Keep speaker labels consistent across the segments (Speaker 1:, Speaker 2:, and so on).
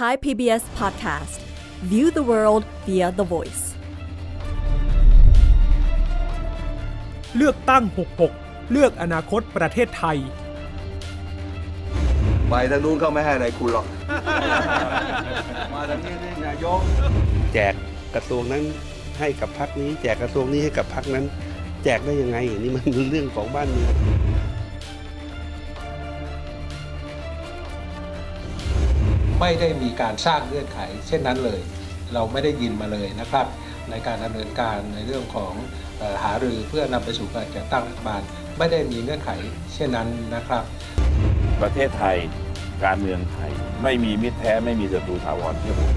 Speaker 1: Thai PBS Podcast View the world via the voice
Speaker 2: เลือกตั้ง66เลือกอนาคตประเทศไทย
Speaker 3: ไปทางนู้นเขาไม่ให้ไหนคุณหรอก มาทางนี้นี่นายก
Speaker 4: แจกกระทรวงนั้นให้กับพรรคนี้แจกกระทรวงนี้ให้กับพรรคนั้นแจกได้ยังไงนี่มันเรื่องของบ้านเมือง
Speaker 5: ไม่ได้มีการสร้างเงื่อนไขเช่นนั้นเลยเราไม่ได้ยินมาเลยนะครับในการดำเนินการในเรื่องของหารือเพื่อนำไปสู่การจัดตั้งรัฐบาลไม่ได้มีเงื่อนไขเช่นนั้นนะครับ
Speaker 6: ประเทศไทยการเมืองไทยไม่มีมิตรแท้ไม่มีศัตรูถาวรที่ผม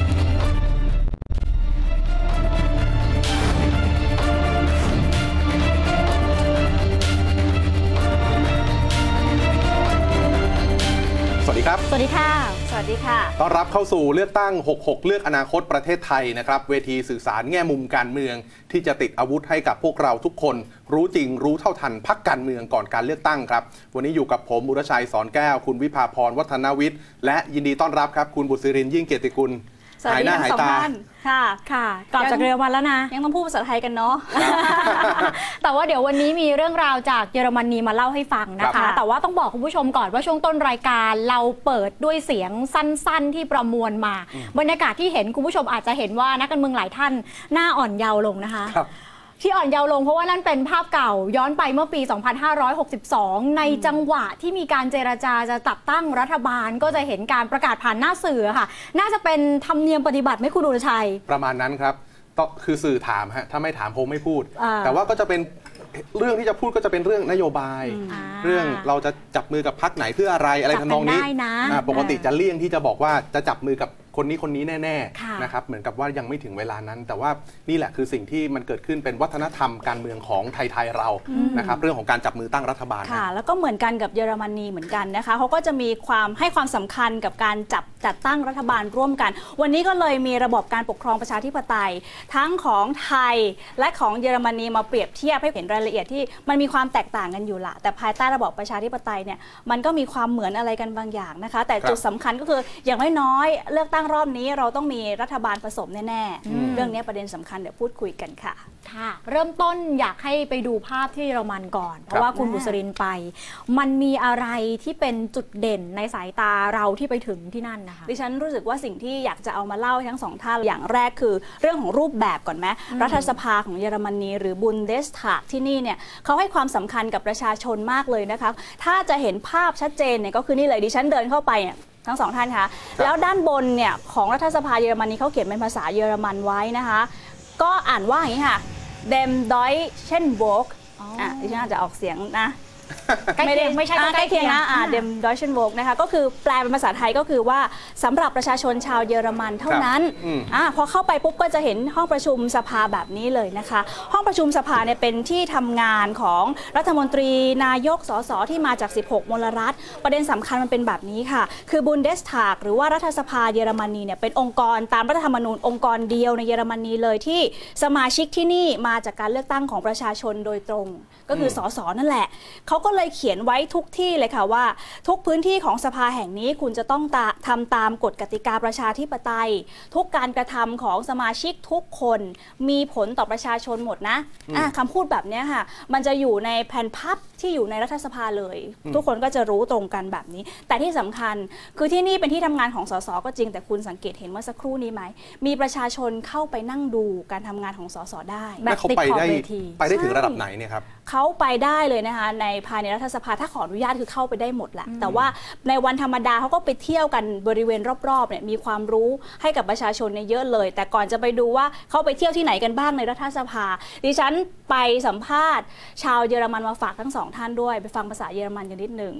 Speaker 7: สวัสดีครับ
Speaker 8: สวัสดีค่ะ สวัสดีค่ะ
Speaker 7: ต้อนรับเข้าสู่เลือกตั้ง66เลือกอนาคตประเทศไทยนะครับเวทีสื่อสารแง่มุมการเมืองที่จะติดอาวุธให้กับพวกเราทุกคนรู้จริงรู้เท่าทันพรรคการเมืองก่อนการเลือกตั้งครับวันนี้อยู่กับผมอุรชัยสอนแก้วคุณวิภาพรวัฒนวิทย์และยินดีต้อนรับครับคุณบุษรินทร์ยิ่งเกียรติกุล
Speaker 8: หายหน้าหายตาค่ะกลับจากเยอรมันแล้วนะยังต้องพูดภาษาไทยกันเนาะ แต่ว่าเดี๋ยววันนี้มีเรื่องราวจากเยอรมนีมาเล่าให้ฟังนะคะแต่ว่าต้องบอกคุณผู้ชมก่อนว่าช่วงต้นรายการเราเปิดด้วยเสียงสั้นๆที่ประมวลมาบรรยากาศที่เห็นคุณผู้ชมอาจจะเห็นว่านักการเมืองหลายท่านหน้าอ่อนเยาว์ลงนะคะที่อ่อนเยาว์ลงเพราะว่านั่นเป็นภาพเก่าย้อนไปเมื่อปี 2562 ในจังหวะที่มีการเจรจาจะจัดตั้งรัฐบาลก็จะเห็นการประกาศผ่านหน้าสื่อค่ะน่าจะเป็นธรรมเนียมปฏิบัติไหมคุณอุรชัย
Speaker 7: ประมาณนั้นครับคือสื่อถามฮะถ้าไม่ถามคงไม่พูดแต่ว่าก็จะเป็นเรื่องที่จะพูดก็จะเป็นเรื่องนโยบายเรื่องเราจะจับมือกับพรรคไหนเพื่ออะไรทำนองนี้ปกติจะเลี่ยงที่จะบอกว่าจะจับมือกับคนนี้แน่ๆนะครับเหมือนกับว่ายังไม่ถึงเวลานั้นแต่ว่านี่แหละคือสิ่งที่มันเกิดขึ้นเป็นวัฒนธรรมการเมืองของไทยเรานะครับเรื่องของการจับมือตั้งรัฐบาล
Speaker 8: ค่ะแล้วก็เหมือนกันกับเยอรมนีเหมือนกันนะคะเขาก็จะมีความให้ความสำคัญกับการจัดตั้งรัฐบาลร่วมกันวันนี้ก็เลยมีระบบการปกครองประชาธิปไตยทั้งของไทยและของเยอรมนีมาเปรียบเทียบให้เห็นรายละเอียดที่มันมีความแตกต่างกันอยู่ละแต่ภายใต้ระบบประชาธิปไตยเนี่ยมันก็มีความเหมือนอะไรกันบางอย่างนะคะแต่จุดสำคัญก็คืออย่างน้อยๆเลือกตั้งรอบนี้เราต้องมีรัฐบาลผสมแน่ๆเรื่องนี้ประเด็นสำคัญเดี๋ยวพูดคุยกันค่ะเริ่มต้นอยากให้ไปดูภาพที่เยอรมันก่อนเพราะว่าคุณบุษรินไปมันมีอะไรที่เป็นจุดเด่นในสายตาเราที่ไปถึงที่นั่นนะคะดิฉันรู้สึกว่าสิ่งที่อยากจะเอามาเล่าทั้งสองท่านอย่างแรกคือเรื่องของรูปแบบก่อนไหมรัฐสภาของเยอรมนีหรือบุนเดสทากที่นี่เนี่ยเขาให้ความสำคัญกับประชาชนมากเลยนะคะถ้าจะเห็นภาพชัดเจนเนี่ยก็คือนี่เลยดิฉันเดินเข้าไปทั้งสองท่านคะแล้วด้านบนเนี่ยของรัฐสภาเยอรมนีเขาเขียนเป็นภาษาเยอรมันไว้นะคะก็อ่านว่าอย่างนี้ค่ะ Dem Deutschenvolk ดิฉันอาจจะออกเสียงนะไม่ใช่ใกล้เคียงนะDem Deutschenvolk นะคะก็คือแปลเป็นภาษาไทยก็คือว่าสำหรับประชาชนชาวเยอรมันเท่านั้นพอเข้าไปปุ๊บก็จะเห็นห้องประชุมสภาแบบนี้เลยนะคะห้องประชุมสภาเนี่ยเป็นที่ทำงานของรัฐมนตรีนายกสสที่มาจาก16มลรัฐประเด็นสำคัญมันเป็นแบบนี้ค่ะคือ Bundestag หรือว่ารัฐสภาเยอรมนีเนี่ยเป็นองค์กรตามรัฐธรรมนูญองค์กรเดียวในเยอรมนีเลยที่สมาชิกที่นี่มาจากการเลือกตั้งของประชาชนโดยตรงก็คือสสนั่นแหละเขาก็เลยเขียนไว้ทุกที่เลยค่ะว่าทุกพื้นที่ของสภาแห่งนี้คุณจะต้องทำตามกฎกติกาประชาธิปไตยทุกการกระทำของสมาชิกทุกคนมีผลต่อประชาชนหมดนะคำพูดแบบนี้ค่ะมันจะอยู่ในแผ่นพับที่อยู่ในรัฐสภาเลยทุกคนก็จะรู้ตรงกันแบบนี้แต่ที่สำคัญคือที่นี่เป็นที่ทำงานของสสก็จริงแต่คุณสังเกตเห็นเมื่อสักครู่นี้ไหมมีประชาชนเข้าไปนั่งดูการทำงานของสสได้
Speaker 7: แบบติดขอบเวทีไปได้ถึงระดับไหนเนี่ยครับ
Speaker 8: เขาไปได้เลยนะคะในภายในรัฐสภาถ้าขออนุญาตคือเข้าไปได้หมดแหละแต่ว่าในวันธรรมดาเขาก็ไปเที่ยวกันบริเวณรอบๆเนี่ยมีความรู้ให้กับประชาชนเนี่ยเยอะเลยแต่ก่อนจะไปดูว่าเขาไปเที่ยวที่ไหนกันบ้างในรัฐสภาดิฉันไปสัมภาษณ์ชาวเยอรมันมาฝากทั้งสองท่านด้วยไปฟังภาษาเยอรมันกันนิดหนึ่ง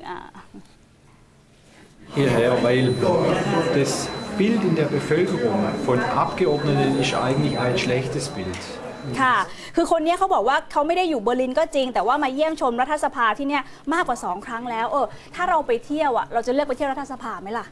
Speaker 9: hierher, weil das Bild in der Bevölkerung von Abgeordneten ist eigentlich ein schlechtes Bild.
Speaker 8: ค่ะคือคนนี้เขาบอกว่าเขาไม่ได้อยู่เบอร์ลินก็จริงแต่ว่ามาเยี่ยมชมรัฐสภาที่เนี่ยมากกว่า2 ครั้งแล้วถ้าเราไปเที่ยวเราจะเลือกไปเที่ยวรัฐสภาไหมล่ะ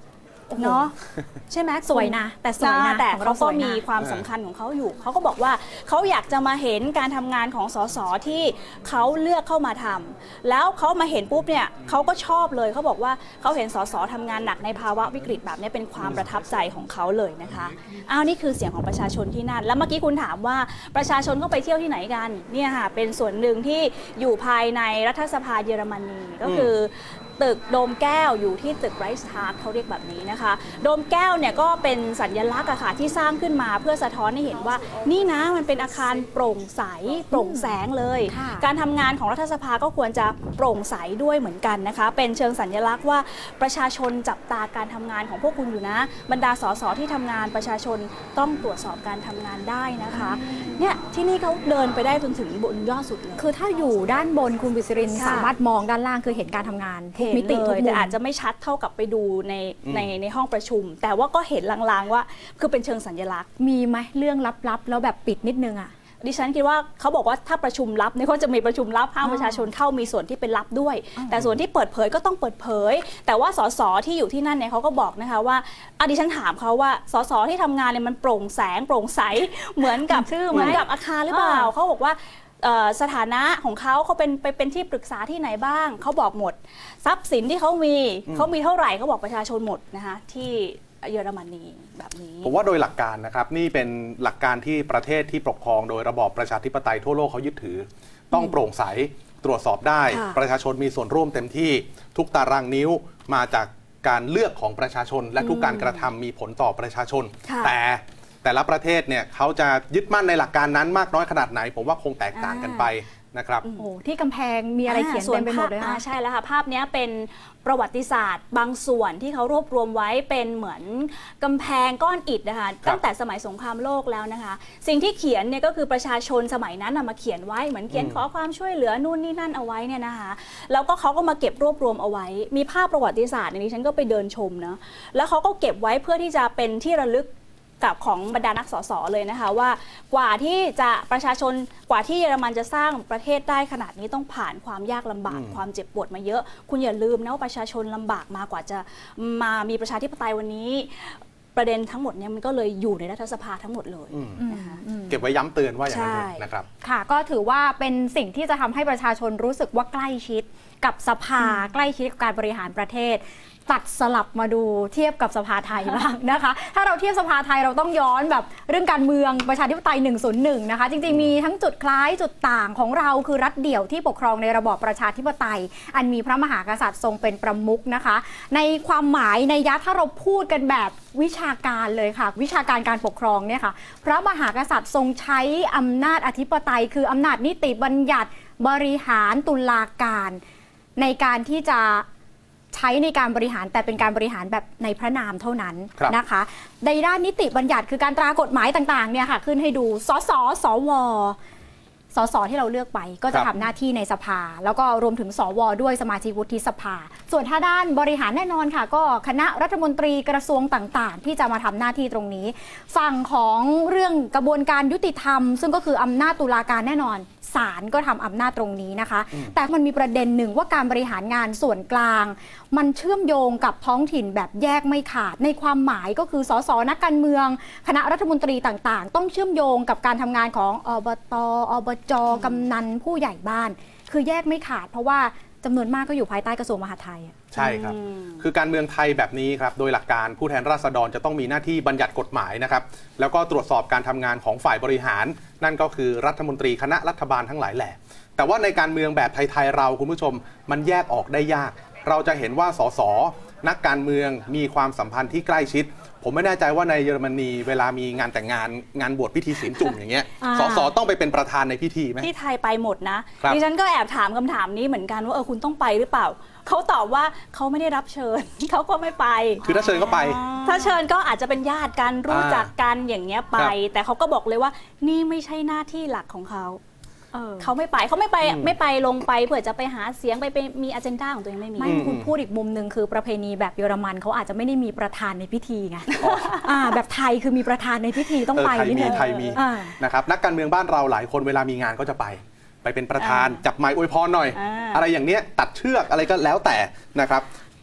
Speaker 8: เนาะใช่ไหม
Speaker 1: สวยนะแต่สวยนะ
Speaker 8: แต่เขาก็มี
Speaker 1: ค
Speaker 8: ความสำคัญของเขาอยู่เขาก็บอกว่าเขาอยากจะมาเห็นการทำงานของสสที่เขาเลือกเข้ามาทำแล้วเขามาเห็นปุ๊บเนี่ยเขาก็ชอบเลยเขาบอกว่าเขาเห็นสสทำงานหนักในภาวะวิกฤตแบบนี้เป็นความประทับใจของเขาเลยนะคะนี่คือเสียงของประชาชนที่นั่นแล้วเมื่อกี้คุณถามว่าประชาชนก็ไปเที่ยวที่ไหนกันเนี่ยค่ะเป็นส่วนหนึ่งที่อยู่ภายในรัฐสภาเยอรมนีก็คือตึกโดมแก้วอยู่ที่ตึกไรส์ทาร์กเขาเรียกแบบนี้นะคะโดมแก้วเนี่ยก็เป็นสัญลักษณ์อะค่ะที่สร้างขึ้นมาเพื่อสะท้อนให้เห็นว่านี่นะมันเป็นอาคารโปร่งใสโปร่งแสงเลยการทำงานของรัฐสภาก็ควรจะโปร่งใสด้วยเหมือนกันนะคะเป็นเชิงสัญลักษณ์ว่าประชาชนจับตาการทำงานของพวกคุณอยู่นะบรรดาสสที่ทำงานประชาชนต้องตรวจสอบการทำงานได้นะคะเนี่ยที่นี่เขาเดินไปได้จนถึงบนยอดสุดเลย
Speaker 1: คือถ้าอยู่ด้านบนคุณวิศรินสามารถมองด้านล่างคือเห็นการทำงาน
Speaker 8: มิติทุกมุมแต่อาจจะไม่ชัดเท่ากับไปดูในห้องประชุมแต่ว่าก็เห็นลางๆว่าคือเป็นเชิงสัญลักษณ์
Speaker 1: มีไหมเรื่องลับๆแล้วแบบปิดนิดนึงอ่ะ
Speaker 8: ดิฉันคิดว่าเขาบอกว่าถ้าประชุมลับเนี่ยเขาจะมีประชุมลับห้ามประชาชนเข้ามีส่วนที่เป็นลับด้วยแต่ส่วนที่เปิดเผยก็ต้องเปิดเผยแต่ว่าสสที่อยู่ที่นั่นเนี่ยเขาก็บอกนะคะว่าดิฉันถามเขาว่าสสที่ทำงานเนี่ยมันโปร่งแสงโปร่งใสเหมือนกับเหมือนกับอาคารหรือเปล่าเขาบอกว่าสถานะของเขาเป็นที่ปรึกษาที่ไหนบ้างเขาบอกหมดทรัพย์สินที่เขามีเท่าไหร่เขาบอกประชาชนหมดนะคะที่เยอรมนีแบบนี้
Speaker 7: ผมว่าโดยหลักการนะครับนี่เป็นหลักการที่ประเทศที่ปกครองโดยระบอบประชาธิปไตยทั่วโลกเขายึดถือต้องโปร่งใสตรวจสอบได้ประชาชนมีส่วนร่วมเต็มที่ทุกตารางนิ้วมาจากการเลือกของประชาชนและทุกการกระทำมีผลต่อประชาชนแต่ละประเทศเนี่ยเขาจะยึดมั่นในหลักการนั้นมากน้อยขนาดไหนผมว่าคงแตกต่างกันไปนะครับ
Speaker 1: ที่กำแพงมีอะไรเขียนเต็มไปหมดเลย
Speaker 8: ใช่แล้วค่ะภาพนี้เป็นประวัติศาสตร์บางส่วนที่เขารวบรวมไว้เป็นเหมือนกำแพงก้อนอิฐนะคะตั้งแต่สมัยสงครามโลกแล้วนะคะสิ่งที่เขียนเนี่ยก็คือประชาชนสมัยนั้นมาเขียนไว้เหมือนเขียนขอความช่วยเหลือนู่นนี่นั่นเอาไว้เนี่ยนะคะแล้วก็เขาก็มาเก็บรวบรวมเอาไว้มีภาพประวัติศาสตร์ในนี้ฉันก็ไปเดินชมนะแล้วเขาก็เก็บไว้เพื่อที่จะเป็นที่ระลึกกับของบรรดานักสสเลยนะคะว่ากว่าที่ประชาชนกว่าที่เยอรมันจะสร้างประเทศได้ขนาดนี้ต้องผ่านความยากลำบากความเจ็บปวดมาเยอะคุณอย่าลืมนะว่าประชาชนลำบากมากว่าจะมามีประชาธิปไตยวันนี้ประเด็นทั้งหมดเนี่ยมันก็เลยอยู่ในรัฐสภาทั้งหมดเลย
Speaker 7: นะคะเก็บไว้ย้ำเตือนว่าอย่างนั้นนะครับ
Speaker 1: ค่ะก็ถือว่าเป็นสิ่งที่จะทำให้ประชาชนรู้สึกว่าใกล้ชิดกับสภาใกล้ชิดกับการบริหารประเทศตัดสลับมาดูเทียบกับสภาไทยบ้างนะคะถ้าเราเทียบสภาไทยเราต้องย้อนแบบเรื่องการเมืองประชาธิปไตย101นะคะจริงๆมีทั้งจุดคล้ายจุดต่างของเราคือรัฐเดี่ยวที่ปกครองในระบอบประชาธิปไตยอันมีพระมหากษัตริย์ทรงเป็นประมุขนะคะในความหมายในถ้าเราพูดกันแบบวิชาการเลยค่ะวิชาการการปกครองเนี่ยค่ะพระมหากษัตริย์ทรงใช้อำนาจอธิปไตยคืออำนาจนิติบัญญัติบริหารตุลาการในการที่จะใช้ในการบริหารแต่เป็นการบริหารแบบในพระนามเท่านั้นนะคะในด้านนิติบัญญัติคือการตรากฎหมายต่างๆเนี่ยค่ะขึ้นให้ดูสสสวที่เราเลือกไปก็จะทำหน้าที่ในสภาแล้วก็รวมถึงสวด้วยสมาชิกวุฒิสภาส่วนถ้าด้านบริหารแน่นอนค่ะก็คณะรัฐมนตรีกระทรวงต่างๆที่จะมาทำหน้าที่ตรงนี้ฝั่งของเรื่องกระบวนการยุติธรรมซึ่งก็คืออำนาจตุลาการแน่นอนศาลก็ทำอำนาจตรงนี้นะคะแต่มันมีประเด็นหนึ่งว่าการบริหารงานส่วนกลางมันเชื่อมโยงกับท้องถิ่นแบบแยกไม่ขาดในความหมายก็คือสสนักการเมืองคณะรัฐมนตรีต่างๆต้องเชื่อมโยงกับการทำงานของอบต.อบจ.กำนันผู้ใหญ่บ้านคือแยกไม่ขาดเพราะว่าจำนวนมากก็อยู่ภายใต้กระทรวงมหาดไทย
Speaker 7: ใช่ครับคือการเมืองไทยแบบนี้ครับโดยหลักการผู้แทนราษฎรจะต้องมีหน้าที่บัญญัติกฎหมายนะครับแล้วก็ตรวจสอบการทำงานของฝ่ายบริหารนั่นก็คือรัฐมนตรีคณะรัฐบาลทั้งหลายแหละแต่ว่าในการเมืองแบบไทยๆเราคุณผู้ชมมันแยกออกได้ยากเราจะเห็นว่าสสนักการเมืองมีความสัมพันธ์ที่ใกล้ชิดผมไม่แน่ใจว่าในเยอรมนีเวลามีงานแต่งงานบวชพิธีศีลจุ่มอย่างเงี้ยสสต้องไปเป็นประธานในพิธีไหม
Speaker 8: ที่ไทยไปหมดนะดิฉันก็แอบถามคำถามนี้เหมือนกันว่าคุณต้องไปหรือเปล่าเขาตอบว่าเขาไม่ได้รับเชิญเขาก็ไม่ไป
Speaker 7: คือถ้าเชิญก็ไป
Speaker 8: ถ้าเชิญก็อาจจะเป็นญาติกันรู้จักกันอย่างเงี้ยไปแต่เขาก็บอกเลยว่านี่ไม่ใช่หน้าที่หลักของเขาเขาไม่ไปลงไปเพื่อจะไปหาเสียงไปมีอเจนดาของตัวเองไม่มี
Speaker 1: คุณพูดอีกมุมหนึ่งคือประเพณีแบบเยอรมันเขาอาจจะไม่ได้มีประธานในพิธีไงแบบไทยคือมีประธานในพิธีต้องไป
Speaker 7: ไทยมีนะครับนักการเมืองบ้านเราหลายคนเวลามีงานก็จะไปเป็นประธานจับไมค์อวยพรหน่อยอะไรอย่างเนี้ยตัดเชือกอะไรก็แล้วแต่นะครับ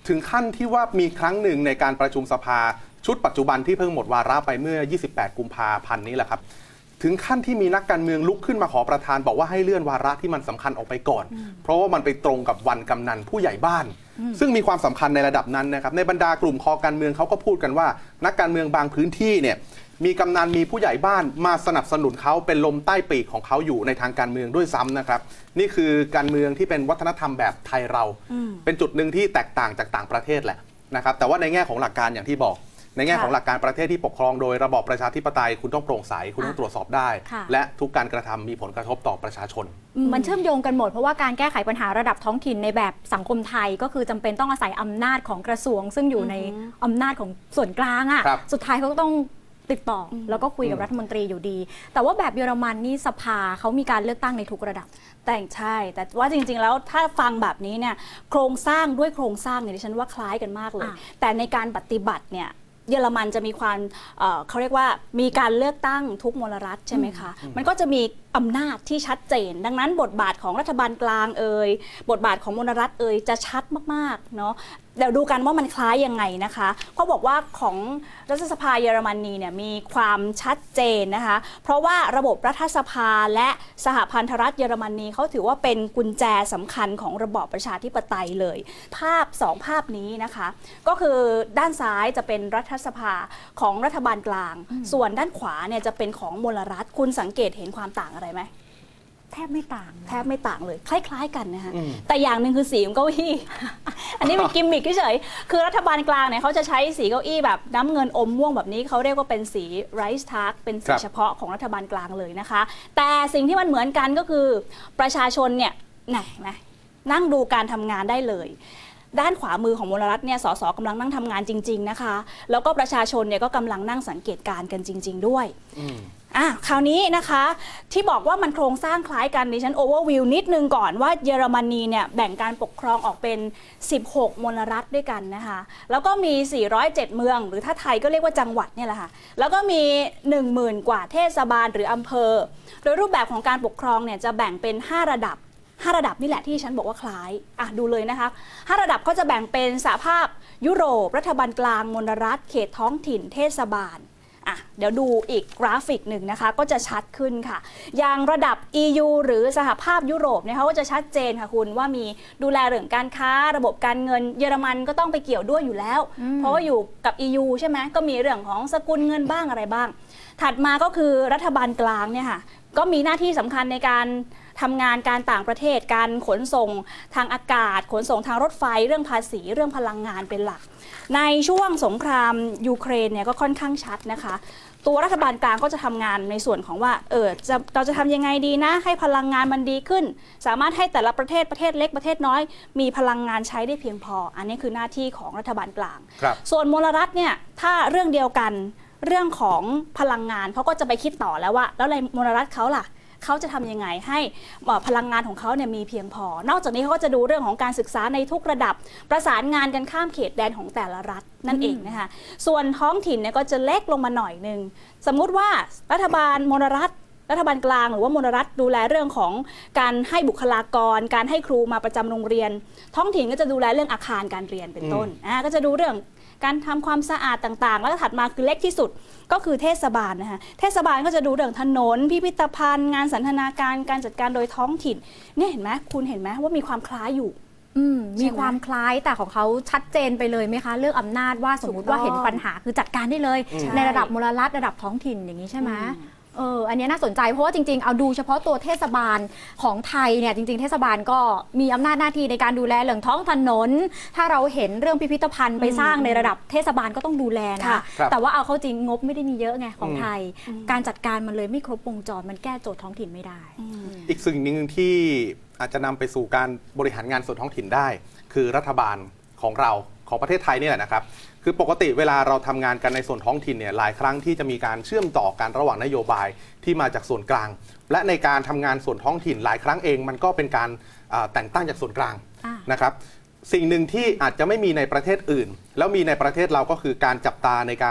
Speaker 7: ถึงขั้นที่ว่ามีครั้งหนึ่งในการประชุมสภาชุดปัจจุบันที่เพิ่งหมดวาระไปเมื่อ 28 กุมภาพันธ์นี้แหละครับถึงขั้นที่มีนักการเมืองลุกขึ้นมาขอประธานบอกว่าให้เลื่อนวาระที่มันสำคัญออกไปก่อนเพราะว่ามันไปตรงกับวันกำนันผู้ใหญ่บ้านซึ่งมีความสำคัญในระดับนั้นนะครับในบรรดากลุ่มคอการเมืองเขาก็พูดกันว่านักการเมืองบางพื้นที่เนี่ยมีกำนันมีผู้ใหญ่บ้านมาสนับสนุนเขาเป็นลมใต้ปีกของเขาอยู่ในทางการเมืองด้วยซ้ำนะครับนี่คือการเมืองที่เป็นวัฒนธรรมแบบไทยเราเป็นจุดหนึ่งที่แตกต่างจากต่างประเทศแหละนะครับแต่ว่าในแง่ของหลักการอย่างที่บอกในแง่ของหลักการประเทศที่ปกครองโดยระบอบประชาธิปไตยคุณต้องโปร่งใสคุณต้องตรวจสอบได้และทุกการกระทำมีผลกระทบต่อประชาชน
Speaker 1: มันเชื่อมโยงกันหมดเพราะว่าการแก้ไขปัญหาระดับท้องถิ่นในแบบสังคมไทยก็คือจำเป็นต้องอาศัยอำนาจของกระทรวงซึ่งอยู่ในอำนาจของส่วนกลางอ่ะสุดท้ายเขาก็ต้องติดต่อแล้วก็คุยกับรัฐมนตรีอยู่ดีแต่ว่าแบบเยอรมันนี่สภาเขามีการเลือกตั้งในทุกระดับ
Speaker 8: แต่ใช่แต่ว่าจริงๆแล้วถ้าฟังแบบนี้เนี่ยโครงสร้างด้วยโครงสร้างเนี่ยดิฉันว่าคล้ายกันมากเลยแต่ในการปฏิบัติเนี่ยเยอรมันจะมีความเขาเรียกว่ามีการเลือกตั้งทุกมลรัฐใช่ไหมคะมันก็จะมีอำนาจที่ชัดเจนดังนั้นบทบาทของรัฐบาลกลางบทบาทของมลรัฐจะชัดมากๆเนาะเดี๋ยวดูกันว่ามันคล้ายยังไงนะคะเขาบอกว่าของรัฐสภาเยอรมนีเนี่ยมีความชัดเจนนะคะเพราะว่าระบบรัฐสภาและสหพันธรัฐเยอรมนีเขาถือว่าเป็นกุญแจสำคัญของระบอบประชาธิปไตยเลยภาพ2ภาพนี้นะคะก็คือด้านซ้ายจะเป็นรัฐสภาของรัฐบาลกลางส่วนด้านขวาเนี่ยจะเป็นของมลรัฐคุณสังเกตเห็นความต่างอะไรไหม
Speaker 1: แทบไม่ต่าง
Speaker 8: เลยคล้ายๆกันนะคะแต่อย่างหนึ่งคือสีของเก้าอี้ อันนี้เป็นกิมมิคเฉยๆคือรัฐบาลกลางเนี่ยเขาจะใช้สีเก้าอี้แบบน้ำเงินอมม่วงแบบนี้เขาเรียกว่าเป็นสีไรซ์ทาร์กเป็นสีเฉพาะของรัฐบาลกลางเลยนะคะแต่สิ่งที่มันเหมือนกันก็คือประชาชนเนี่ยไหนนั่งดูการทำงานได้เลยด้านขวามือของมลรัฐเนี่ยสสกำลังนั่งทำงานจริงๆนะคะแล้วก็ประชาชนเนี่ยก็กำลังนั่งสังเกตการณ์กันจริงๆด้วยคราวนี้นะคะที่บอกว่ามันโครงสร้างคล้ายกันดิฉันโอเวอร์วิวนิดนึงก่อนว่าเยอรมนีเนี่ยแบ่งการปกครองออกเป็น16มลรัฐด้วยกันนะคะแล้วก็มี407เมืองหรือถ้าไทยก็เรียกว่าจังหวัดเนี่ยแหละค่ะแล้วก็มี 10,000 กว่าเทศบาลหรืออำเภอโดยรูปแบบของการปกครองเนี่ยจะแบ่งเป็น5ระดับนี่แหละที่ฉันบอกว่าคล้ายดูเลยนะคะ5ระดับก็จะแบ่งเป็นสหภาพยุโรปรัฐบาลกลางมลรัฐเขตท้องถิ่นเทศบาลเดี๋ยวดูอีกกราฟิกหนึ่งนะคะก็จะชัดขึ้นค่ะอย่างระดับ EU หรือสหภาพยุโรปเนี่ยเขาก็จะชัดเจนค่ะคุณว่ามีดูแลเรื่องการค้าระบบการเงินเยอรมันก็ต้องไปเกี่ยวด้วยอยู่แล้วเพราะว่าอยู่กับ EU ใช่ไหมก็มีเรื่องของสกุลเงินบ้างอะไรบ้างถัดมาก็คือรัฐบาลกลางเนี่ยค่ะก็มีหน้าที่สำคัญในการทำงานการต่างประเทศการขนส่งทางอากาศขนส่งทางรถไฟเรื่องภาษีเรื่องพลังงานเป็นหลักในช่วงสงครามยูเครนเนี่ยก็ค่อนข้างชัดนะคะตัวรัฐบาลกลางก็จะทำงานในส่วนของว่าเราจะทำยังไงดีนะให้พลังงานมันดีขึ้นสามารถให้แต่ละประเทศเล็กประเทศน้อยมีพลังงานใช้ได้เพียงพออันนี้คือหน้าที่ของรัฐบาลกลางส่วนมลรัฐเนี่ยถ้าเรื่องเดียวกันเรื่องของพลังงานเขาก็จะไปคิดต่อแล้วว่าแล้วในมลรัฐเขาล่ะเขาจะทำยังไงให้พลังงานของเขาเนี่ยมีเพียงพอนอกจากนี้เขาก็จะดูเรื่องของการศึกษาในทุกระดับประสานงานกันข้ามเขตแดนของแต่ละรัฐนั่นเองนะคะส่วนท้องถิ่นเนี่ยก็จะเล็กลงมาหน่อยนึงสมมุติว่ารัฐบาลมลรัฐรัฐบาลกลางหรือว่ามลรัฐดูแลเรื่องของการให้บุคลากรการให้ครูมาประจำโรงเรียนท้องถิ่นก็จะดูแลเรื่องอาคารการเรียนเป็นต้นก็จะดูเรื่องการทำความสะอาดต่างๆแล้วถัดมาคือเล็กที่สุดก็คือเทศบาลนะคะเทศบาลก็จะดูเรื่องถนนพิพิธภัณฑ์งานสันทนาการการจัดการโดยท้องถิ่นเนี่ยเห็นไหมคุณเห็นไหมว่ามีความคล้ายอยู่
Speaker 1: มีความคล้ายแต่ของเขาชัดเจนไปเลยไหมคะเรื่องอำนาจว่าสมมติว่าเห็นปัญหาคือจัดการได้เลยในระดับมลรัฐระดับท้องถิ่นอย่างนี้ใช่ไหมอันนี้น่าสนใจเพราะว่าจริงๆเอาดูเฉพาะตัวเทศบาลของไทยเนี่ยจริงๆเทศบาลก็มีอำนาจหน้าที่ในการดูแลเรื่องท้องถนนถ้าเราเห็นเรื่องพิพิธภัณฑ์ไปสร้างในระดับเทศบาลก็ต้องดูแลนะแต่ว่าเอาเข้าจริงงบไม่ได้มีเยอะไงของไทยการจัดการมันเลยไม่ครบวงจรมันแก้โจทย์ท้องถิ่นไม่ได้
Speaker 7: อีกสิ่งหนึ่งที่อาจจะนำไปสู่การบริหารงานส่วนท้องถิ่นได้คือรัฐบาลของเราของประเทศไทยนี่แหละนะครับคือปกติเวลาเราทำงานกันในส่วนท้องถิ่นเนี่ยหลายครั้งที่จะมีการเชื่อมต่อกันระหว่างนโยบายที่มาจากส่วนกลางและในการทำงานส่วนท้องถิ่นหลายครั้งเองมันก็เป็นการแต่งตั้งจากส่วนกลางนะครับสิ่งหนึ่งที่อาจจะไม่มีในประเทศอื่นแล้วมีในประเทศเราก็คือการจับตาในการ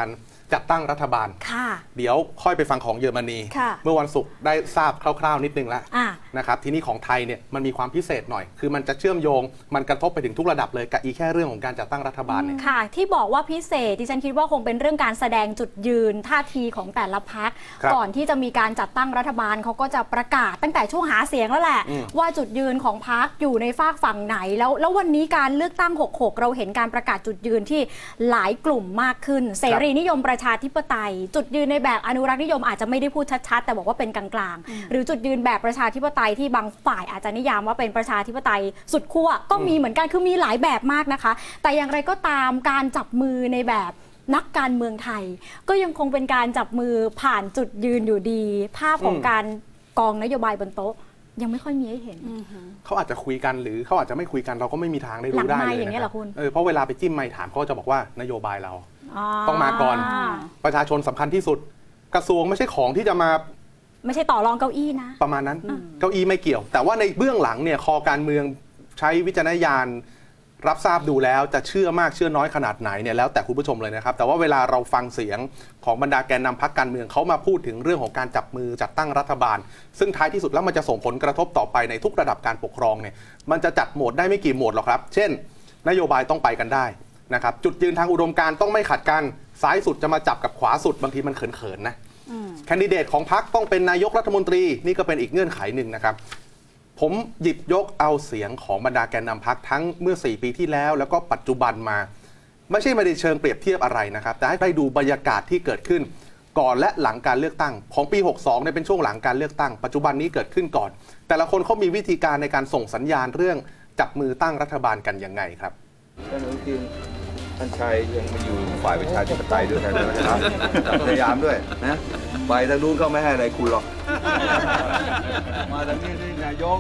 Speaker 7: จัดตั้งรัฐบาลเดี๋ยวค่อยไปฟังของเยอรมนีเมื่อวันศุกร์ได้ทราบคร่าวๆนิดนึงแล้วนะครับทีนี้ของไทยเนี่ยมันมีความพิเศษหน่อยคือมันจะเชื่อมโยงมันกระทบไปถึงทุกระดับเลยกับอีแค่เรื่องของการจัดตั้งรัฐบาลเนี่ย
Speaker 1: ค่ะที่บอกว่าพิเศษดิฉันคิดว่าคงเป็นเรื่องการแสดงจุดยืนท่าทีของแต่ละพรรคก่อนที่จะมีการจัดตั้งรัฐบาลเขาก็จะประกาศตั้งแต่ช่วงหาเสียงแล้วแหละว่าจุดยืนของพรรคอยู่ในฝากฝั่งไหนแล้ววันนี้การเลือกตั้ง66เราเห็นการประกาศจุดยืนที่หลายกลุ่มมากขึ้นเสรีนิยมประชาธิปไตยจุดยืนในแบบอนุรักษ์นิยมอาจจะไม่ได้พูดชัดๆแต่บอกว่าเป็นกลางๆหรือจุดยืนแบบประชาธิปไตยที่บางฝ่ายอาจจะนิยามว่าเป็นประชาธิปไตยสุดขั้วก็มีเหมือนกันคือมีหลายแบบมากนะคะแต่อย่างไรก็ตามการจับมือในแบบนักการเมืองไทยก็ยังคงเป็นการจับมือผ่านจุดยืนอยู่ดีภาพของการกองนโยบายบนโต๊ะยังไม่ค่อยมีให้เห็น
Speaker 7: เขาอาจจะคุยกันหรือเขาอาจจะไม่คุยกันเราก็ไม่มีทางได้รู้ได้เลยนะครับเพราะเวลาไปจิ้มไมค์ถามเขาจะบอกว่านโยบายเราต้องมาก่อนประชาชนสำคัญที่สุดกระทรวงไม่ใช่ของที่จะมา
Speaker 1: ไม่ใช่ต่อรองเก้าอี้นะ
Speaker 7: ประมาณนั้นเก้าอี้ไม่เกี่ยวแต่ว่าในเบื้องหลังเนี่ยคอการเมืองใช้วิจารณญาณรับทราบดูแล้วจะเชื่อมากเชื่อน้อยขนาดไหนเนี่ยแล้วแต่คุณผู้ชมเลยนะครับแต่ว่าเวลาเราฟังเสียงของบรรดาแกนนำพรรคการเมืองเขามาพูดถึงเรื่องของการจับมือจัดตั้งรัฐบาลซึ่งท้ายที่สุดแล้วมันจะส่งผลกระทบต่อไปในทุกระดับการปกครองเนี่ยมันจะจัดโหมดได้ไม่กี่โหมดหรอกครับเช่นนโยบายต้องไปกันได้นะครับจุดยืนทางอุดมการณ์ต้องไม่ขัดกันซ้ายสุดจะมาจับกับขวาสุดบางทีมันเขินๆนะแคนดิเดตของพรรคต้องเป็นนายกรัฐมนตรีนี่ก็เป็นอีกเงื่อนไขหนึ่งนะครับผมหยิบยกเอาเสียงของบรรดาแกนนำพรรคทั้งเมื่อ4 ปีที่แล้วแล้วก็ปัจจุบันมาไม่ใช่ไม่ได้เชิงเปรียบเทียบอะไรนะครับแต่ให้ได้ดูบรรยากาศที่เกิดขึ้นก่อนและหลังการเลือกตั้งของปี62เนี่ยเป็นช่วงหลังการเลือกตั้งปัจจุบันนี้เกิดขึ้นก่อนแต่ละคนเขามีวิธีการในการส่งสัญญาณเรื่องจับมือตั้งรัฐบาลกันยังไงครับ
Speaker 3: ท่านอนุทินท่านชัยยังมาอยู่ฝ่ายประชาธิปไตยด้วยกันนะครับพยายามด้วยนะไปทางนู้นก็ไม่ให้อะไรคุณหรอกมาทางนี้นี่นายก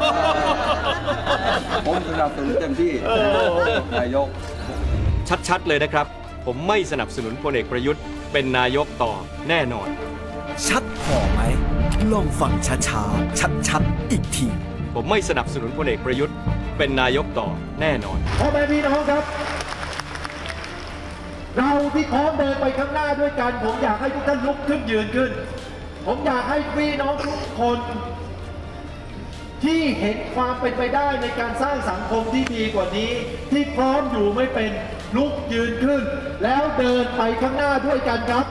Speaker 3: ผมสนับสนุนเต็มที่นายก
Speaker 10: ชัดๆเลยนะครับผมไม่สนับสนุนพลเอกประยุทธ์เป็นนายกต่อแน่นอน
Speaker 11: ชัดพอไหมลองฟังช้าๆชัดๆอีกที
Speaker 10: ผมไม่สนับสนุนพลเอกประยุทธ์เป็นนายกต่อแน่นอน
Speaker 12: พ่อแม่พี่น้องครับเราที่พร้อมเดินไปข้างหน้าด้วยกันผมอยากให้ทุกท่านลุกขึ้นยืนขึ้นผมอยากให้พี่น้องทุกคนที่เห็นความเป็นไปได้ในการสร้างสังคมที่ดีกว่านี้ที่พร้อมอยู่ไม่เป็นลุกยืนขึ้นแล้วเดินไปข้างหน้าด้วยกันครับ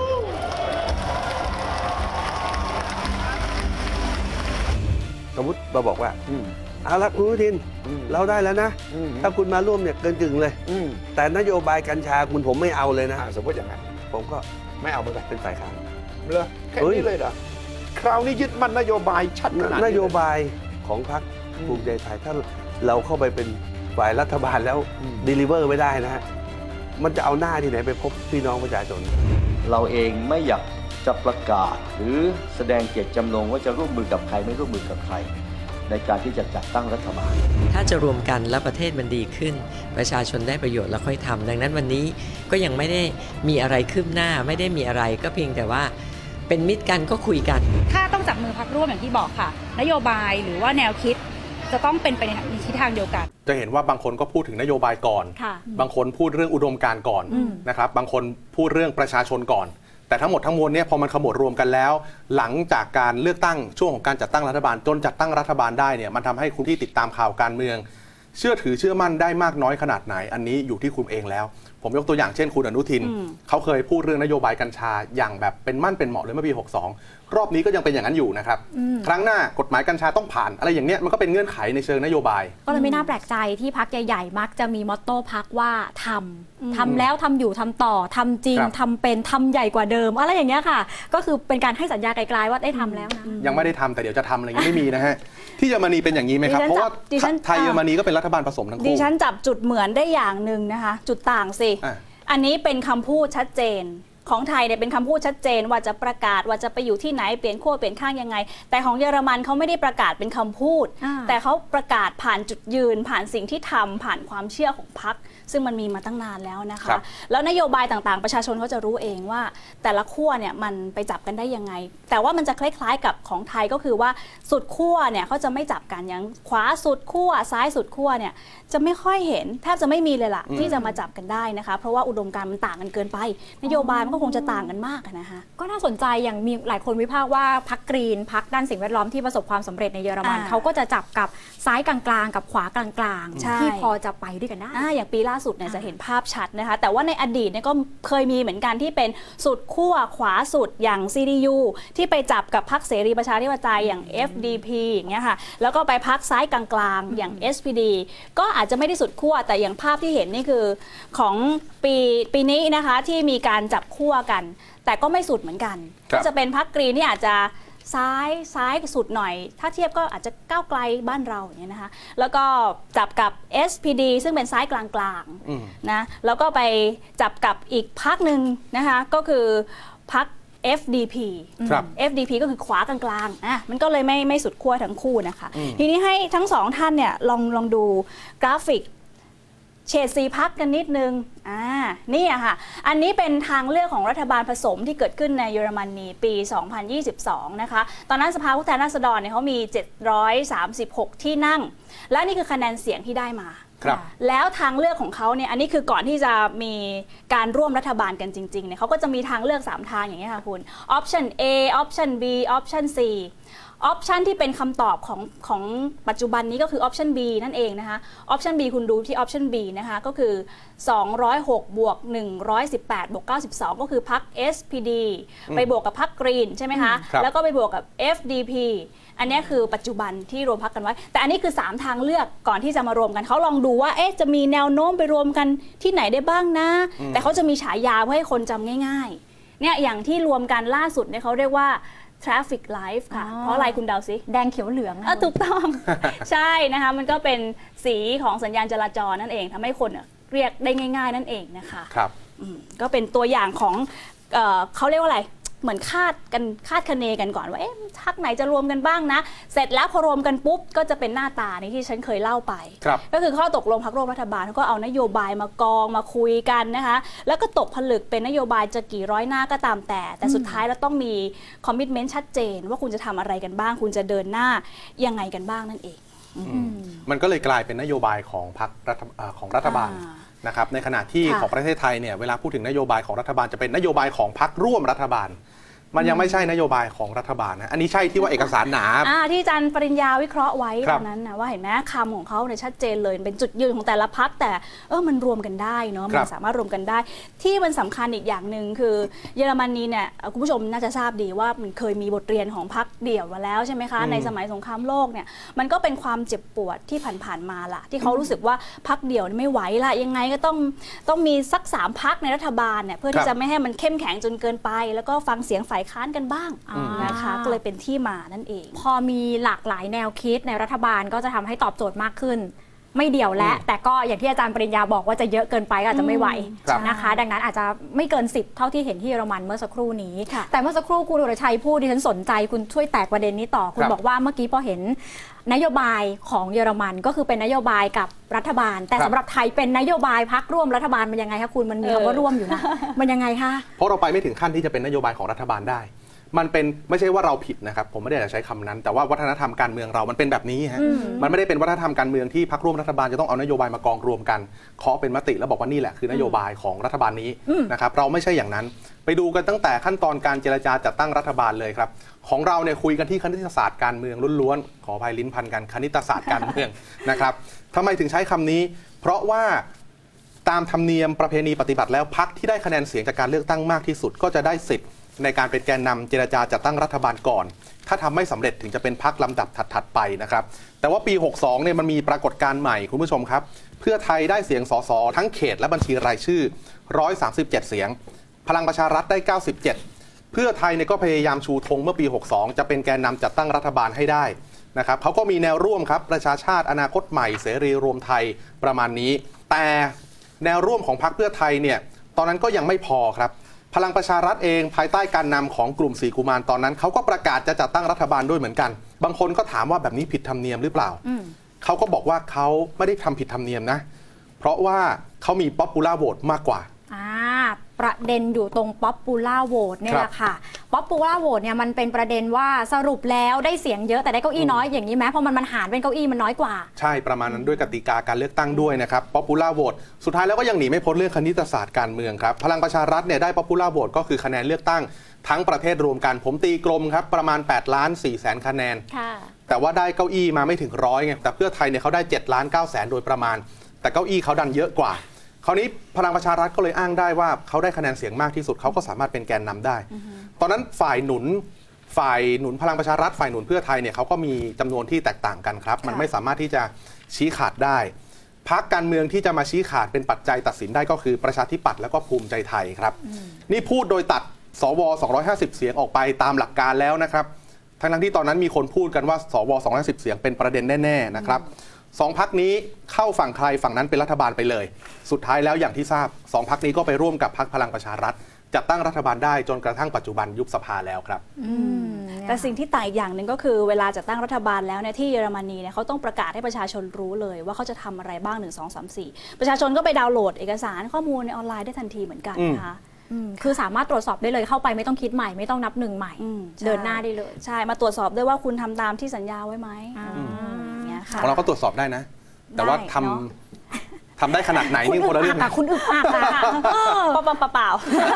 Speaker 4: สมมติเราบอกว่าเอาละคุณอนุทินเราได้แล้วนะถ้าคุณมาร่วมเนี่ยเกินกึ่งเลยแต่นโยบายกัญชาคุณผมไม่เอาเลยนะ
Speaker 13: สมมติอย่างนั้น
Speaker 4: ผมก็
Speaker 13: ไม่เอาเหมือนกัน
Speaker 4: เป็นฝ่ายค้าน
Speaker 13: เลยแค่นี้เลยเหรอคราวนี้ยึดมั่นนโยบายชัดขนาด
Speaker 4: นโยบายของพรรคภูมิใจไทยถ้าเราเข้าไปเป็นฝ่ายรัฐบาลแล้วเดลิเวอร์ไม่ได้นะฮะมันจะเอาหน้าที่ไหนไปพบพี่น้องประชาชน
Speaker 14: เราเองไม่อยากจะประกาศหรือแสดงเจตจำนงว่าจะร่วมมือกับใครไม่ร่วมมือกับใครในการที่จะจัดตั้งรัฐบาล
Speaker 15: ถ้าจะรวมกันแล้วประเทศมันดีขึ้นประชาชนได้ประโยชน์แล้วค่อยทำดังนั้นวันนี้ก็ยังไม่ได้มีอะไรคืบหน้าไม่ได้มีอะไรก็เพียงแต่ว่าเป็นมิตรกันก็คุยกัน
Speaker 8: ถ้าต้องจับมือพรรคร่วมอย่างที่บอกค่ะนโยบายหรือว่าแนวคิดจะต้องเป็นไปในทิศทางเดียวกัน
Speaker 7: จะเห็นว่าบางคนก็พูดถึงนโยบายก่อนบางคนพูดเรื่องอุดมการณ์ก่อนนะครับบางคนพูดเรื่องประชาชนก่อนแต่ทั้งหมดทั้งมวลเนี่ยพอมันขมวดรวมกันแล้วหลังจากการเลือกตั้งช่วงของการจัดตั้งรัฐบาลจนจัดตั้งรัฐบาลได้เนี่ยมันทำให้คุณที่ติดตามข่าวการเมืองเชื่อถือเชื่อมั่นได้มากน้อยขนาดไหนอันนี้อยู่ที่คุณเองแล้วผมยกตัวอย่างเช่นคุณอนุทินเขาเคยพูดเรื่องนโยบายกัญชาอย่างแบบเป็นมั่นเป็นเหมาะเลยเมื่อปี62รอบนี้ก็ยังเป็นอย่างนั้นอยู่นะครับครั้งหน้ากฎหมายกัญชาต้องผ่านอะไรอย่างเนี้ยมันก็เป็นเงื่อนไขในเชิงนโยบาย
Speaker 1: ก็เลยไม่น่าแปลกใจที่พรรคใหญ่ๆมักจะมีมอตโต้พรรคว่าทำแล้วทำอยู่ทำต่อทำจริงทำเป็นทำใหญ่กว่าเดิมอะไรอย่างเงี้ยค่ะก็คือเป็นการให้สัญญาไกลๆว่าได้ทำแล้วนะ
Speaker 7: ยังไม่ได้ทำแต่เดี๋ยวจะทำอะไรยังไม่มีนะฮะที่เยอรมนีเป็นอย่างนี้ไหมครับเพราะว่าไทยเยอรมนีก็เป็นรัฐบาลผสมทั้งคู่
Speaker 8: ดิฉันจับจุดเหมือนได้อย่างหนึ่งนะคะจุดต่างสิอันนี้เป็นคำพูดชัดเจนของไทยเนี่ยเป็นคำพูดชัดเจนว่าจะประกาศว่าจะไปอยู่ที่ไหนเปลี่ยนขั้วเปลี่ยนข้างยังไงแต่ของเยอรมันเขาไม่ได้ประกาศเป็นคำพูดแต่เขาประกาศผ่านจุดยืนผ่านสิ่งที่ทำผ่านความเชื่อของพรรคซึ่งมันมีมาตั้งนานแล้วนะคะแล้วนโยบายต่างๆประชาชนเขาจะรู้เองว่าแต่ละขั้วเนี่ยมันไปจับกันได้ยังไงแต่ว่ามันจะคล้ายๆกับของไทยก็คือว่าสุดขั้วเนี่ยเขาจะไม่จับกันอย่างขวาสุดขั้วซ้ายสุดขั้วเนี่ยจะไม่ค่อยเห็นแทบจะไม่มีเลยล่ะที่จะมาจับกันได้นะคะเพราะว่าอุดมการณ์มันต่างกันเกินไปนโยบายมันก็คงจะต่างกันมากนะคะ
Speaker 1: ก็น่าสนใจอย่างมีหลายคนวิพากษ์ว่าพรรคกรีนพรรคด้านสิ่งแวดล้อมที่ประสบความสำเร็จในเยอรมันเขาก็จะจับกับซ้ายกลางๆกับขวากลางๆที่พอจะไปด้วยกันได้
Speaker 8: อย่างปีล่าสุดเนี่ยจะเห็นภาพชัดนะคะแต่ว่าในอดีตเนี่ยก็เคยมีเหมือนกันที่เป็นสุดขั้วขวาสุดอย่าง CDU ที่ไปจับกับพรรคเสรีประชาธิปไตยอย่าง FDP อย่างเงี้ยค่ะแล้วก็ไปพรรคซ้ายกลางๆอย่าง SPD ก็อาจจะไม่ได้สุดขั้วแต่อย่างภาพที่เห็นนี่คือของปีนี้นะคะที่มีการจับขั้วกันแต่ก็ไม่สุดเหมือนกันก็จะเป็นพรรคกรีนที่อาจจะซ้ายสุดหน่อยถ้าเทียบก็อาจจะก้าวไกลบ้านเราอย่างนี้นะคะแล้วก็จับกับ SPD ซึ่งเป็นซ้ายกลางๆนะแล้วก็ไปจับกับอีกพรรคหนึ่งนะคะก็คือพรรค FDP FDP ก็คือขวากลางๆมันก็เลยไม่สุดขั้วทั้งคู่นะคะทีนี้ให้ทั้งสองท่านเนี่ยลองดูกราฟิกเฉดสีพรรคกันนิดนึงนี่ค่ะอันนี้เป็นทางเลือกของรัฐบาลผสมที่เกิดขึ้นในเยอรมนีปี 2022 นะคะตอนนั้นสภาผู้แทนราษฎรเนี่ยเขามี736ที่นั่งและนี่คือคะแนนเสียงที่ได้มาแล้วทางเลือกของเขาเนี่ยอันนี้คือก่อนที่จะมีการร่วมรัฐบาลกันจริงๆเนี่ยเขาก็จะมีทางเลือก3ทางอย่างนี้ค่ะคุณ Option A Option B Option Cออปชันที่เป็นคำตอบของปัจจุบันนี้ก็คือ Option B นั่นเองนะคะ Option B คุณดูที่ Option B นะคะก็คือ206บวก118บวก92ก็คือพรรค SPD ไปบวกกับพรรคกรีนใช่ไหมคะแล้วก็ไปบวกกับ FDP อันนี้คือปัจจุบันที่รวมพรรคกันไว้แต่อันนี้คือ3ทางเลือกก่อนที่จะมารวมกันเขาลองดูว่าจะมีแนวโน้มไปรวมกันที่ไหนได้บ้างนะแต่เขาจะมีฉายาเพื่อให้คนจำง่ายๆเนี่ยอย่างที่รวมกันล่าสุดเนี่ยเขาเรียกว่าTraffic Light ค่ะเพราะอะไรคุณเดาซิ
Speaker 1: แดงเขียวเหลือง
Speaker 8: ถูกต้อง ใช่นะคะมันก็เป็นสีของสัญญาณจราจรนั่นเองทำให้คนเรียกได้ง่ายๆนั่นเองนะคะ
Speaker 7: ครับ
Speaker 8: ก็เป็นตัวอย่างของเขาเรียกว่าอะไรเหมือนคาดคะเนกันก่อนว่าพรรคไหนจะรวมกันบ้างนะเสร็จแล้วพอรวมกันปุ๊บก็จะเป็นหน้าตานี้ที่ฉันเคยเล่าไปก็คือข้อตกลงพรรคร่วมรัฐบาลเขาก็เอานโยบายมากองมาคุยกันนะคะแล้วก็ตกผลึกเป็นนโยบายจะกี่ร้อยหน้าก็ตามแต่สุดท้ายเราต้องมีคอมมิตเมนต์ชัดเจนว่าคุณจะทำอะไรกันบ้างคุณจะเดินหน้ายังไงกันบ้างนั่นเอง
Speaker 7: มันก็เลยกลายเป็นนโยบายของพรรคของรัฐบาลนะครับในขณะที่ของประเทศไทยเนี่ยเวลาพูดถึงนโยบายของรัฐบาลจะเป็นนโยบายของพรรคร่วมรัฐบาลมันยังไม่ใช่นโยบายของรัฐบาลนะอันนี้ใช่ที่ว่าเอกสารหนา
Speaker 8: ที่อาจารย์ปริญญาวิเคราะห์ไว้ตอนนั้นนะว่าเห็นไหมคำของเขาเนี่ยชัดเจนเลยเป็นจุดยืนของแต่ละพรรคแต่มันรวมกันได้เนาะมันสามารถรวมกันได้ที่มันสำคัญอีกอย่างหนึ่งคือเยอรมนีเนี่ยคุณผู้ชมน่าจะทราบดีว่ามันเคยมีบทเรียนของพรรคเดี่ยวมาแล้วใช่ไหมคะในสมัยสงครามโลกเนี่ยมันก็เป็นความเจ็บปวดที่ผ่านๆมาล่ะที่เขารู้สึกว่าพรรคเดี่ยวไม่ไหวละยังไงก็ต้องมีสัก3พรรคในรัฐบาลเนี่ยเพื่อที่จะไม่ให้มันเข้มแข็งจนเกินไปแล้วก็ฟังเสียงฝ่ายค้านกันบ้างนะคะก็เลยเป็นที่มานั่นเอง
Speaker 1: พอมีหลากหลายแนวคิดในรัฐบาลก็จะทำให้ตอบโจทย์มากขึ้นไม่เดี่ยวและแต่ก็อย่างที่อาจารย์ปริญญาบอกว่าจะเยอะเกินไปก็อาจจะไม่ไหวนะคะดังนั้นอาจจะไม่เกิน10เท่าที่เห็นที่เยอรมันเมื่อสักครู่นี้แต่เมื่อสักครู่คุณวรชัยพูดดิฉันสนใจคุณช่วยแตกประเด็นนี้ต่อคุณบอกว่าเมื่อกี้พอเห็นนโยบายของเยอรมันก็คือเป็นนโยบายกับรัฐบาลแต่สำหรับไทยเป็นนโยบายพรรคร่วมรัฐบาลมันยังไงคะคุณมันมีคำว่าร่วมอยู่นะมันยังไงคะ
Speaker 7: เพราะเราไปไม่ถึงขั้นที่จะเป็นนโยบายของรัฐบาลได้มันเป็นไม่ใช่ว่าเราผิดนะครับผมไม่ได้อยากใช้คำนั้นแต่ว่าวัฒนธรรมการเมืองเรามันเป็นแบบนี้ฮะมันไม่ได้เป็นวัฒนธรรมการเมืองที่พรรคร่วมรัฐบาลจะต้องเอานโยบายมากองรวมกันเคาะเป็นมติแล้วบอกว่านี่แหละคือนโยบายของรัฐบาลนี้นะครับเราไม่ใช่อย่างนั้นไปดูกันตั้งแต่ขั้นตอนการเจรจาจัดตั้งรัฐบาลเลยครับของเราเนี่ยคุยกันที่คณิตศาสตร์การเมืองล้วนๆขออภัยลิ้นพันกันคณิตศาสตร์การเมืองนะครับทำไมถึงใช้คำนี้เพราะว่าตามธรรมเนียมประเพณีปฏิบัติแล้วพรรคที่ได้คะแนนเสียงจากการเลือกตั้งมากที่สุดก็จะได้สิทธิ์ในการเป็นแกนนำเจรจาจัดตั้งรัฐบาลก่อนถ้าทำไม่สำเร็จถึงจะเป็นพรรคลำดับถัดไปนะครับแต่ว่าปี 62 เนี่ยมันมีปรากฏการณ์ใหม่คุณผู้ชมครับเพื่อไทยได้เสียงสสทั้งเขตและบัญชีรายชื่อ137เสียงพลังประชารัฐได้97เพื่อไทยเนี่ยก็พยายามชูธงเมื่อปี 62 จะเป็นแกนนำจัดตั้งรัฐบาลให้ได้นะครับเขาก็มีแนวร่วมครับประชาชาติอนาคตใหม่เสรีรวมไทยประมาณนี้แต่แนวร่วมของพรรคเพื่อไทยเนี่ยตอนนั้นก็ยังไม่พอครับพลังประชารัฐเองภายใต้การนำของกลุ่ม4กุมารตอนนั้นเขาก็ประกาศจะจัดตั้งรัฐบาลด้วยเหมือนกันบางคนก็ถามว่าแบบนี้ผิดธรรมเนียมหรือเปล่าเขาก็บอกว่าเขาไม่ได้ทำผิดธรรมเนียมนะเพราะว่าเขามี popular vote มากกว่า
Speaker 1: ประเด็นอยู่ตรง Popular Vote เนี่ยแหละค่ะ Popular Vote เนี่ยมันเป็นประเด็นว่าสรุปแล้วได้เสียงเยอะแต่ได้เก้าอี้น้อยอย่างนี้ไหมเพราะมันหารเป็นเก้าอี้มันน้อยกว่า
Speaker 7: ใช่ประมาณนั้นด้วยกติกาการเลือกตั้งด้วยนะครับ Popular Vote สุดท้ายแล้วก็ยังหนีไม่พ้นเรื่องคณิตศาสตร์การเมืองครับพลังประชารัฐเนี่ยได้ Popular Vote ก็คือคะแนนเลือกตั้งทั้งประเทศรวมกันผมตีกลมครับประมาณ8,400,000 คะแนนแต่ว่าได้เก้าอี้มาไม่ถึง100ไงแต่เพื่อไทยเนี่ยเขาได้7,900,000โดยประมาณแต่เก้าอี้เขาดันเยอะกว่าคราวนี้พลังประชารัฐก็เลยอ้างได้ว่าเขาได้คะแนนเสียงมากที่สุดเขาก็สามารถเป็นแกนนำได้ตอนนั้นฝ่ายหนุนพลังประชารัฐฝ่ายหนุนเพื่อไทยเนี่ยเขาก็มีจำนวนที่แตกต่างกันครับมันไม่สามารถที่จะชี้ขาดได้พรรคการเมืองที่จะมาชี้ขาดเป็นปัจจัยตัดสินได้ก็คือประชาธิปัตย์และก็ภูมิใจไทยครับนี่พูดโดยตัดสว250เสียงออกไปตามหลักการแล้วนะครับทั้งที่ตอนนั้นมีคนพูดกันว่าสว250เสียงเป็นประเด็นแน่ๆนะครับสองพรรคนี้เข้าฝั่งใครฝั่งนั้นเป็นรัฐบาลไปเลยสุดท้ายแล้วอย่างที่ทราบสองพรรคนี้ก็ไปร่วมกับพรรคพลังประชารัฐจัดตั้งรัฐบาลได้จนกระทั่งปัจจุบันยุบสภาแล้วครับ
Speaker 8: แต่สิ่งที่ต่างอีกอย่างหนึ่งก็คือเวลาจัดตั้งรัฐบาลแล้วเนี่ยที่เยอรมนีเนี่ยเขาต้องประกาศให้ประชาชนรู้เลยว่าเขาจะทำอะไรบ้าง1 2 3 4ประชาชนก็ไปดาวน์โหลดเอกสารข้อมูลในออนไลน์ได้ทันทีเหมือนกันนะคะ
Speaker 1: คือสามารถตรวจสอบได้เลยเข้าไปไม่ต้องคิดใหม่ไม่ต้องนับหนึ่งใหม่เดินหน้าได้เลย
Speaker 8: ใช่มาตรวจสอบด้วยว่าคุณทำตามที่สัญญาไว้ไหม
Speaker 7: ของเราก็ตรวจสอบได้นะแต่ว่าทำได้ขนาดไหนนี่คนละเรื่องนะ
Speaker 1: คุณอึกอัก
Speaker 8: เปล่า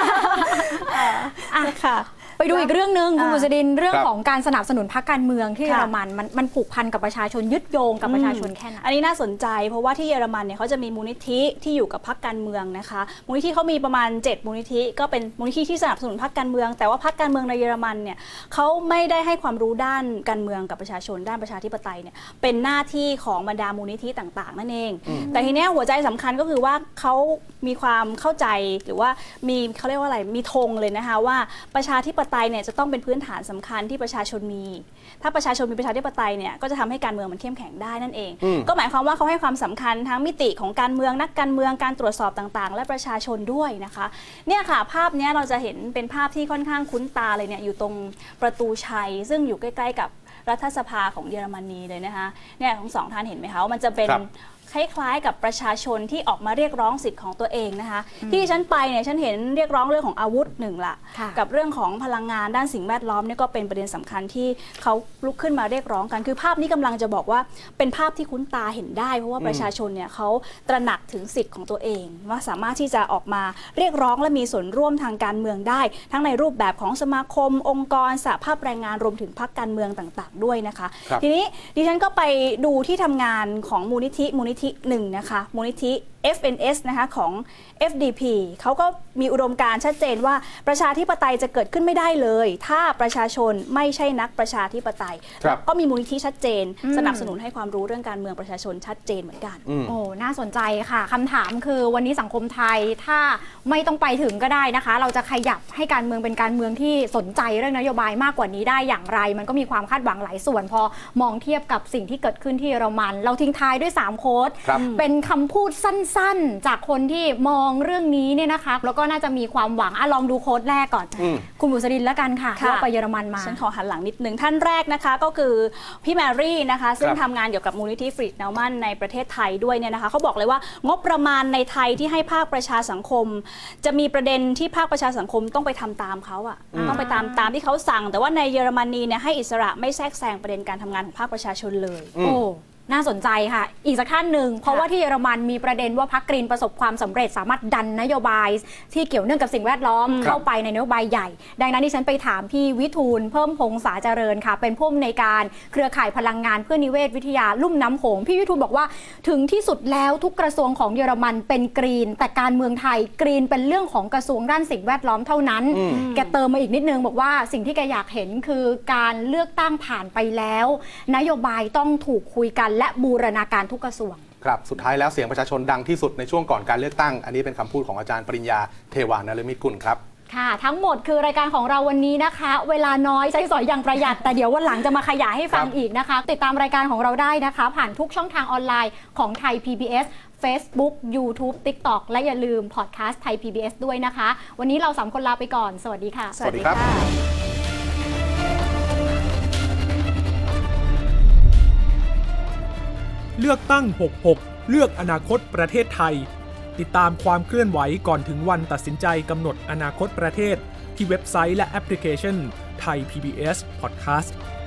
Speaker 1: ค่ะไปดูอีกเรื่องนึงคุณบุษดินเรื่องของการสนับสนุนพรรคการเมืองที่เยอรมันผูกพันกับประชาชนยึดโยงกับประชาชนแค่ไหน
Speaker 8: อันนี้น่าสนใจเพราะว่าที่เยอรมันเนี่ยเขาจะมีมูลนิธิที่อยู่กับพรรคการเมืองนะคะมูลนิธิเขามีประมาณ7มูลนิธิก็เป็นมูลนิธิที่สนับสนุนพรรคการเมืองแต่ว่าพรรคการเมืองในเยอรมันเนี่ยเขาไม่ได้ให้ความรู้ด้านการเมืองกับประชาชนด้านประชาธิปไตยเนี่ยเป็นหน้าที่ของบรรดามูลนิธิต่างๆนั่นเองแต่ทีนี้หัวใจสำคัญก็คือว่าเขามีความเข้าใจหรือว่ามีเขาเรียกว่าอะไรมีธงเลยนะคะว่าประชาธิปไตยเนี่ยจะต้องเป็นพื้นฐานสำคัญที่ประชาชนมีถ้าประชาชนมีประชาธิปไตยเนี่ยก็จะทำให้การเมืองมันเข้มแข็งได้นั่นเองก็หมายความว่าเขาให้ความสำคัญทั้งมิติของการเมืองนักการเมืองการตรวจสอบต่างๆและประชาชนด้วยนะคะเนี่ยค่ะภาพนี้เราจะเห็นเป็นภาพที่ค่อนข้างคุ้นตาเลยเนี่ยอยู่ตรงประตูชัยซึ่งอยู่ใกล้ๆกับรัฐสภาของเยอรมนีเลยนะคะเนี่ยทั้งสองท่านเห็นไหมคะว่ามันจะเป็นคล้ายๆกับประชาชนที่ออกมาเรียกร้องสิทธิ์ของตัวเองนะคะที่ฉันไปเนี่ยฉันเห็นเรียกร้องเรื่องของอาวุธหนึ่งละกับเรื่องของพลังงานด้านสิ่งแวดล้อมนี่ก็เป็นประเด็นสำคัญที่เขาลุกขึ้นมาเรียกร้องกันคือภาพนี้กำลังจะบอกว่าเป็นภาพที่คุ้นตาเห็นได้เพราะว่าประชาชนเนี่ยเขาตระหนักถึงสิทธิ์ของตัวเองว่าสามารถที่จะออกมาเรียกร้องและมีส่วนร่วมทางการเมืองได้ทั้งในรูปแบบของสมาคมองค์กรสหภาพแรงงานรวมถึงพรรคการเมืองต่างๆด้วยนะคะทีนี้ดิฉันก็ไปดูที่ทำงานของมูลนิธิหนึ่งนะคะมูลนิธิ FNS นะคะของ FDP เขาก็มีอุดมการณ์ชัดเจนว่าประชาธิปไตยจะเกิดขึ้นไม่ได้เลยถ้าประชาชนไม่ใช่นักประชาธิปไตยแล้วก็มีมูลนิธิชัดเจนสนับสนุนให้ความรู้เรื่องการเมืองประชาชนชัดเจนเหมือนกัน
Speaker 1: โอ้น่าสนใจค่ะคำถามคือวันนี้สังคมไทยถ้าไม่ต้องไปถึงก็ได้นะคะเราจะขยับให้การเมืองเป็นการเมืองที่สนใจเรื่องนโยบายมากกว่านี้ได้อย่างไรมันก็มีความคาดหวังหลายส่วนพอมองเทียบกับสิ่งที่เกิดขึ้นที่เยอรมันเราทิ้งท้ายด้วย3โค้ดเป็นคำพูดสั้นๆจากคนที่มองเรื่องนี้เนี่ยนะคะแล้วก็น่าจะมีความหวังลองดูโค้ดแรกก่อนคุณบุษดินแล้วกันค่ะว่าไปเยอรมันมา
Speaker 8: ฉันขอหันหลังนิดนึงท่านแรกนะคะก็คือพี่แมรี่นะคะซึ่งทำงานเกี่ยวกับมูลนิธิฟรีดเนลมันในประเทศไทยด้วยเนี่ยนะคะเขาบอกเลยว่างบประมาณในไทยที่ให้ภาคประชาสังคมจะมีประเด็นที่ภาคประชาสังคมต้องไปทำตามเขาอ่ะต้องไปตามที่เขาสั่งแต่ว่าในเยอรมนีเนี่ยให้อิสระไม่แทรกแซงประเด็นการทำงานของภาคประชาชนเลย
Speaker 1: โอ้น่าสนใจค่ะอีกสักท่านหนึ่งเพราะว่าที่เยอรมันมีประเด็นว่าพรรคกรีนประสบความสำเร็จสามารถดันนโยบายที่เกี่ยวเนื่องกับสิ่งแวดล้อมเข้าไปในนโยบายใหญ่ดังนั้นดิฉันไปถามพี่วิทูลเพิ่มพงษาเจริญค่ะเป็นผู้อำนวยการเครือข่ายพลังงานเพื่อนิเวศวิทยาลุ่มน้ำโขงพี่วิทูลบอกว่าถึงที่สุดแล้วทุกกระทรวงของเยอรมันเป็นกรีนแต่การเมืองไทยกรีนเป็นเรื่องของกระทรวงด้านสิ่งแวดล้อมเท่านั้นแกเติมมาอีกนิดนึงบอกว่าสิ่งที่แกอยากเห็นคือการเลือกตั้งผ่านไปแล้วนโยบายต้องถูกคุยกันและบูรณาการทุกกระทรวง
Speaker 7: ครับสุดท้ายแล้วเสียงประชาชนดังที่สุดในช่วงก่อนการเลือกตั้งอันนี้เป็นคำพูดของอาจารย์ปริญญาเทวานฤมิตกุลครับ
Speaker 1: ค่ะทั้งหมดคือรายการของเราวันนี้นะคะเวลาน้อยใช้สอยอย่างประหยัดแต่เดี๋ยววันหลังจะมาขยายให้ฟังอีกนะคะติดตามรายการของเราได้นะคะผ่านทุกช่องทางออนไลน์ของไทย PBS Facebook YouTube TikTok และอย่าลืมพอดแคสต์ไทย PBS ด้วยนะคะวันนี้เรา3คนลาไปก่อนสวัสดีค่ะ
Speaker 7: สวัสดีครับ
Speaker 2: เลือกตั้ง 66 เลือกอนาคตประเทศไทยติดตามความเคลื่อนไหวก่อนถึงวันตัดสินใจกำหนดอนาคตประเทศที่เว็บไซต์และแอปพลิเคชันไทย PBS Podcast